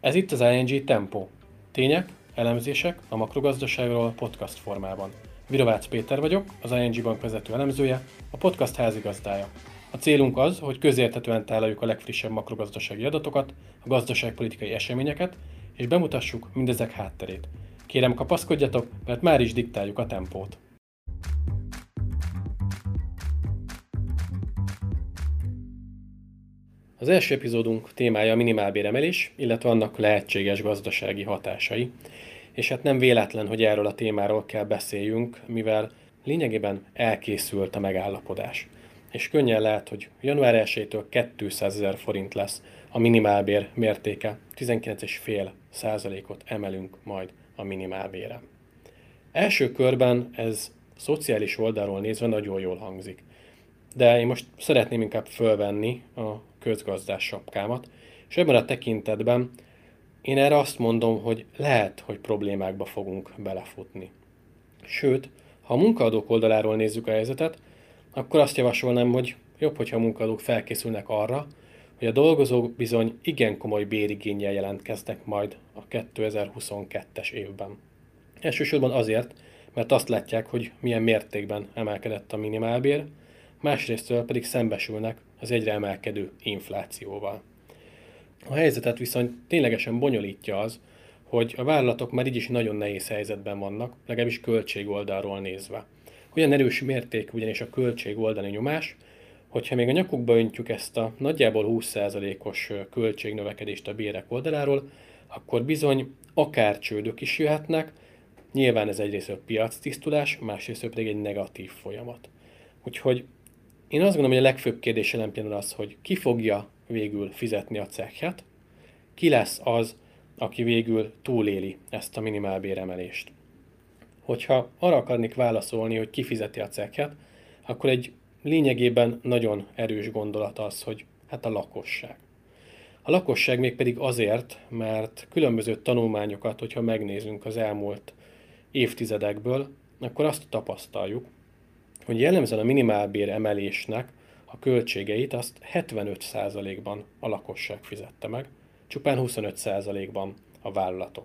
Ez itt az ING Tempo. Tények, elemzések a makrogazdaságról podcast formában. Virovácz Péter vagyok, az ING Bank vezető elemzője, a podcast házigazdája. A célunk az, hogy közérthetően tálaljuk a legfrissebb makrogazdasági adatokat, a gazdaságpolitikai eseményeket, és bemutassuk mindezek hátterét. Kérem, kapaszkodjatok, mert már is diktáljuk a tempót. Az első epizódunk témája a minimálbéremelés, illetve annak lehetséges gazdasági hatásai. És hát nem véletlen, hogy erről a témáról kell beszéljünk, mivel lényegében elkészült a megállapodás. És könnyen lehet, hogy január 1-től 200 000 forint lesz a minimálbér mértéke, 19,5%-ot emelünk majd a minimálbére. Első körben ez szociális oldalról nézve nagyon jól hangzik. De én most szeretném inkább fölvenni a közgazdás sapkámat, és ebben a tekintetben én erre azt mondom, hogy lehet, hogy problémákba fogunk belefutni. Sőt, ha a munkaadók oldaláról nézzük a helyzetet, akkor azt javasolnám, hogy jobb, hogyha a munkaadók felkészülnek arra, hogy a dolgozók bizony igen komoly bérigénnyel jelentkeznek majd a 2022-es évben. Elsősorban azért, mert azt látják, hogy milyen mértékben emelkedett a minimálbér, másrésztől pedig szembesülnek az egyre emelkedő inflációval. A helyzetet viszont ténylegesen bonyolítja az, hogy a vállalatok már így is nagyon nehéz helyzetben vannak, legalábbis költségoldalról nézve. Olyan erős mértékű ugyanis a költségoldali nyomás, hogyha még a nyakukba öntjük ezt a nagyjából 20%-os költségnövekedést a bérek oldaláról, akkor bizony akár csődök is jöhetnek, nyilván ez egyrészt piactisztulás, másrészt pedig egy negatív folyamat. Úgyhogy én azt gondolom, hogy a legfőbb kérdés jelen pillanatban az, hogy ki fogja végül fizetni a cekhet, ki lesz az, aki végül túléli ezt a minimálbéremelést. Hogyha arra akarnék válaszolni, hogy ki fizeti a cekhet, akkor egy lényegében nagyon erős gondolat az, hogy hát a lakosság. A lakosság mégpedig azért, mert különböző tanulmányokat, hogyha megnézünk az elmúlt évtizedekből, akkor azt tapasztaljuk, hogy jellemzően a minimálbér emelésnek a költségeit azt 75%-ban a lakosság fizette meg, csupán 25%-ban a vállalatok.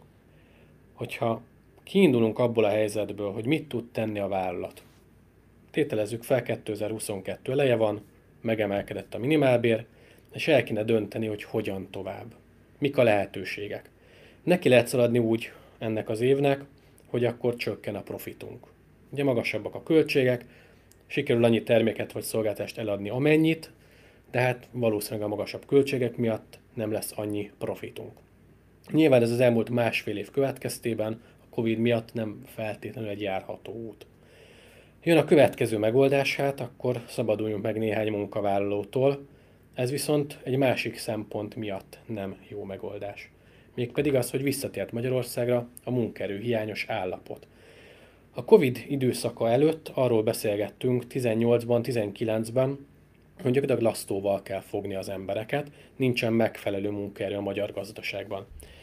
Hogyha kiindulunk abból a helyzetből, hogy mit tud tenni a vállalat, tételezzük fel, 2022 eleje van, megemelkedett a minimálbér, és el kéne dönteni, hogy hogyan tovább. Mik a lehetőségek. Neki lehet szaladni úgy ennek az évnek, hogy akkor csökken a profitunk. Ugye magasabbak a költségek, sikerül annyi terméket vagy szolgáltást eladni amennyit, de hát valószínűleg a magasabb költségek miatt nem lesz annyi profitunk. Nyilván ez az elmúlt másfél év következtében a Covid miatt nem feltétlenül egy járható út. Jön a következő megoldás, hát akkor szabaduljunk meg néhány munkavállalótól, ez viszont egy másik szempont miatt nem jó megoldás. Mégpedig az, hogy visszatért Magyarországra a munkaerő hiányos állapot. A Covid időszaka előtt arról beszélgettünk 18-ban, 19-ben, hogy gyakorlatilag lasztóval kell fogni az embereket, nincsen megfelelő munkaerő a magyar gazdaságban.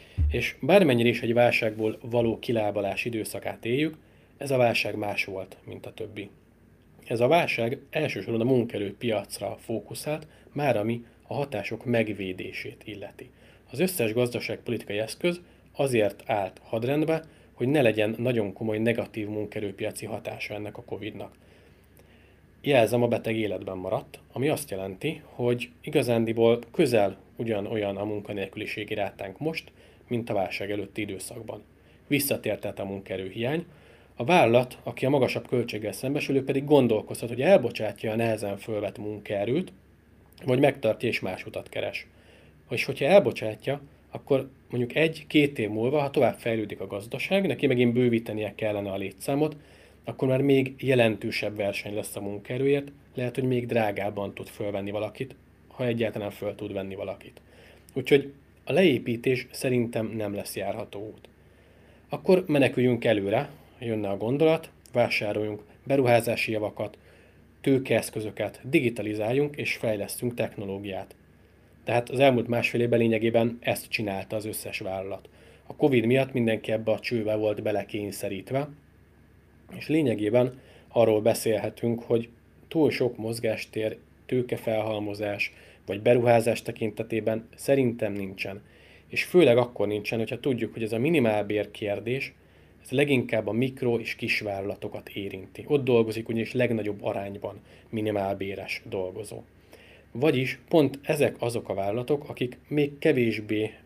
És bármennyire is egy válságból való kilábalás időszakát éljük, ez a válság más volt, mint a többi. Ez a válság elsősorban a munkaerőpiacra fókuszált, már ami a hatások megvédését illeti. Az összes gazdaságpolitikai eszköz azért állt hadrendbe, hogy ne legyen nagyon komoly negatív munkaerőpiaci hatása ennek a Covid-nak. Jelzem, a beteg életben maradt, ami azt jelenti, hogy igazándiból közel ugyanolyan a munkanélküliségi rátánk most, mint a válság előtti időszakban. Visszatért tehát a munkaerőhiány. A vállalat, aki a magasabb költséggel szembesülő, pedig gondolkozhat, hogy elbocsátja a nehezen fölvett munkaerőt, vagy megtartja és más utat keres. És hogyha elbocsátja, akkor mondjuk 1-2 év múlva, ha tovább fejlődik a gazdaság, neki megint bővítenie kellene a létszámot, akkor már még jelentősebb verseny lesz a munkaerőért, lehet, hogy még drágábban tud fölvenni valakit, ha egyáltalán föl tud venni valakit. Úgyhogy a leépítés szerintem nem lesz járható út. Akkor meneküljünk előre, jönne a gondolat, vásároljunk beruházási javakat, tőkeeszközöket, digitalizáljunk és fejlesztünk technológiát. Tehát az elmúlt másfél évben lényegében ezt csinálta az összes vállalat. A Covid miatt mindenki ebbe a csőbe volt belekényszerítve, és lényegében arról beszélhetünk, hogy túl sok mozgástér, tőkefelhalmozás vagy beruházás tekintetében szerintem nincsen. És főleg akkor nincsen, hogyha tudjuk, hogy ez a minimálbér kérdés, ez leginkább a mikro- és kisvállalatokat érinti. Ott dolgozik ugyanis legnagyobb arányban minimálbéres dolgozó. Vagyis pont ezek azok a vállalatok, akik még kevésbé,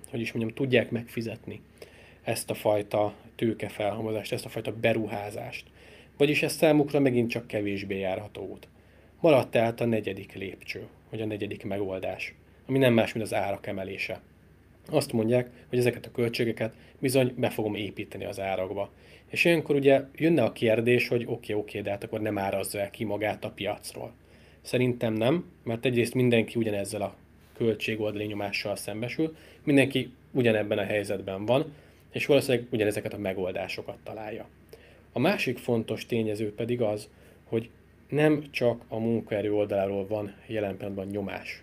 tudják megfizetni ezt a fajta tőkefelhalmozást, ezt a fajta beruházást. Vagyis ez számukra megint csak kevésbé járható út. Maradt tehát a negyedik lépcső, vagy a negyedik megoldás, ami nem más, mint az árak emelése. Azt mondják, hogy ezeket a költségeket bizony be fogom építeni az árakba. És ilyenkor ugye jönne a kérdés, hogy oké, de hát akkor nem árazza el ki magát a piacról. Szerintem nem, mert egyrészt mindenki ugyanezzel a költségoldali nyomással szembesül, mindenki ugyanebben a helyzetben van, és valószínűleg ugyanezeket a megoldásokat találja. A másik fontos tényező pedig az, hogy nem csak a munkaerő oldaláról van jelen pillanatban nyomás.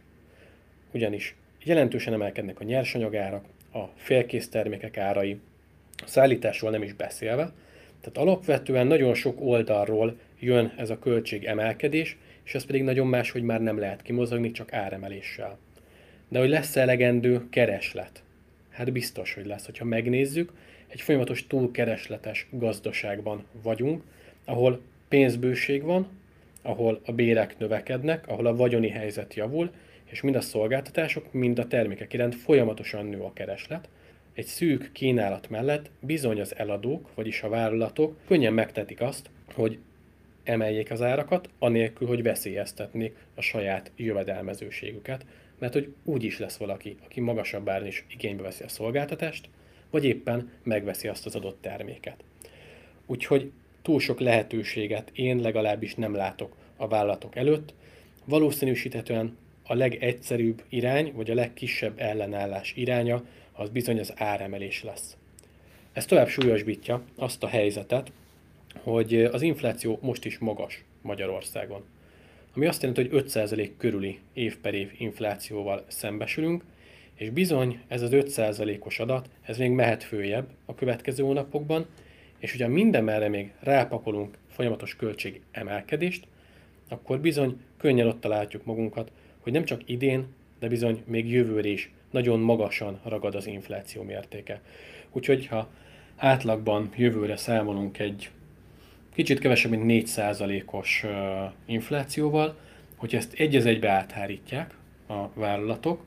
Ugyanis jelentősen emelkednek a nyersanyagárak, a félkész termékek árai, a szállításról nem is beszélve, tehát alapvetően nagyon sok oldalról jön ez a költség emelkedés, és ez pedig nagyon más, hogy már nem lehet kimozogni, csak áremeléssel. De hogy lesz elegendő kereslet? Hát biztos, hogy lesz. Hogyha megnézzük, egy folyamatos túlkeresletes gazdaságban vagyunk, ahol pénzbőség van, ahol a bérek növekednek, ahol a vagyoni helyzet javul, és mind a szolgáltatások, mind a termékek iránt folyamatosan nő a kereslet. Egy szűk kínálat mellett bizony az eladók, vagyis a vállalatok könnyen megtetik azt, hogy emeljék az árakat, anélkül, hogy veszélyeztetnék a saját jövedelmezőségüket, mert hogy úgy is lesz valaki, aki magasabb áron is igénybe veszi a szolgáltatást, vagy éppen megveszi azt az adott terméket. Úgyhogy túl sok lehetőséget én legalábbis nem látok a vállalatok előtt. Valószínűsíthetően a legegyszerűbb irány, vagy a legkisebb ellenállás iránya, az bizony az áremelés lesz. Ez tovább súlyosbítja azt a helyzetet, hogy az infláció most is magas Magyarországon. Ami azt jelenti, hogy 5% körüli év per év inflációval szembesülünk, és bizony ez az 5%-os adat, ez még mehet följebb a következő hónapokban, és hogyha mindenmerre még rápakolunk folyamatos költség emelkedést, akkor bizony könnyen ott találjuk magunkat, hogy nem csak idén, de bizony még jövőre is nagyon magasan ragad az infláció mértéke. Úgyhogy ha átlagban jövőre számolunk egy kicsit kevesebb, mint 4%-os inflációval, hogy ezt egy az egybe áthárítják a vállalatok,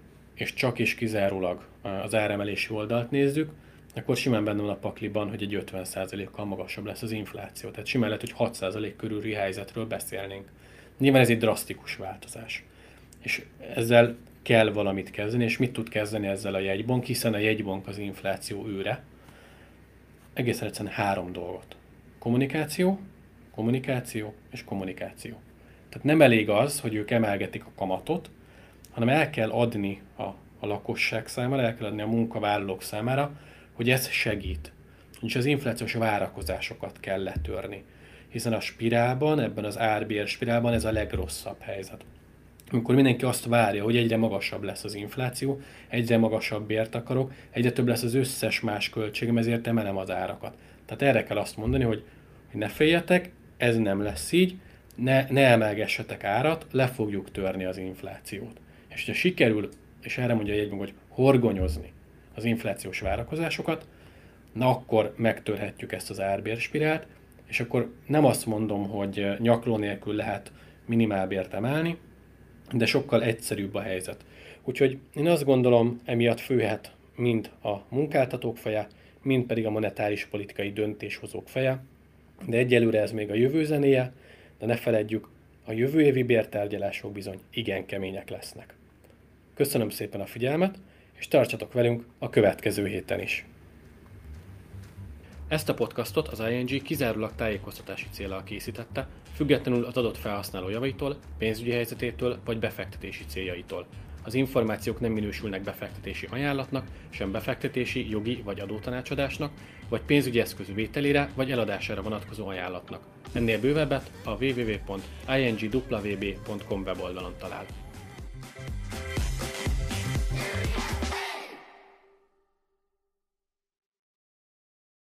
és csak és kizárólag az áremelési oldalt nézzük, akkor simán benne van a pakliban, hogy egy 50%-kal magasabb lesz az infláció. Tehát simán lehet, hogy 6% körüli helyzetről beszélnénk. Nyilván ez egy drasztikus változás. És ezzel kell valamit kezdeni, és mit tud kezdeni ezzel a jegybank, hiszen a jegybank az infláció őre. Egészen egyszerűen 3 dolgot. Kommunikáció, kommunikáció és kommunikáció. Tehát nem elég az, hogy ők emelgetik a kamatot, hanem el kell adni a lakosság számára, el kell adni a munkavállalók számára, hogy ez segít. És az inflációs várakozásokat kell letörni. Hiszen a spirálban, ebben az árbér spirálban ez a legrosszabb helyzet. Amikor mindenki azt várja, hogy egyre magasabb lesz az infláció, egyre magasabb bért akarok, egyre több lesz az összes más költségem, ezért emelem az árakat. Tehát erre kell azt mondani, hogy ne féljetek, ez nem lesz így, ne emelgessetek árat, le fogjuk törni az inflációt. És ha sikerül, és erre mondja a jegybank, hogy horgonyozni az inflációs várakozásokat, na akkor megtörhetjük ezt az árbérspirált, és akkor nem azt mondom, hogy nyakló nélkül lehet minimálbért emelni, de sokkal egyszerűbb a helyzet. Úgyhogy én azt gondolom, emiatt főhet mind a munkáltatók feje, mind pedig a monetáris politikai döntéshozók feje, de egyelőre ez még a jövő zenéje, de ne feledjük, a jövő évi bértárgyalások bizony igen kemények lesznek. Köszönöm szépen a figyelmet, és tartsatok velünk a következő héten is. Ezt a podcastot az ING kizárólag tájékoztatási céllal készítette, függetlenül az adott felhasználó javaitól, pénzügyi helyzetétől vagy befektetési céljaitól. Az információk nem minősülnek befektetési ajánlatnak, sem befektetési, jogi vagy adótanácsadásnak, vagy pénzügyi eszköz vételére vagy eladására vonatkozó ajánlatnak. Ennél bővebbet a www.ingwb.com weboldalon talál.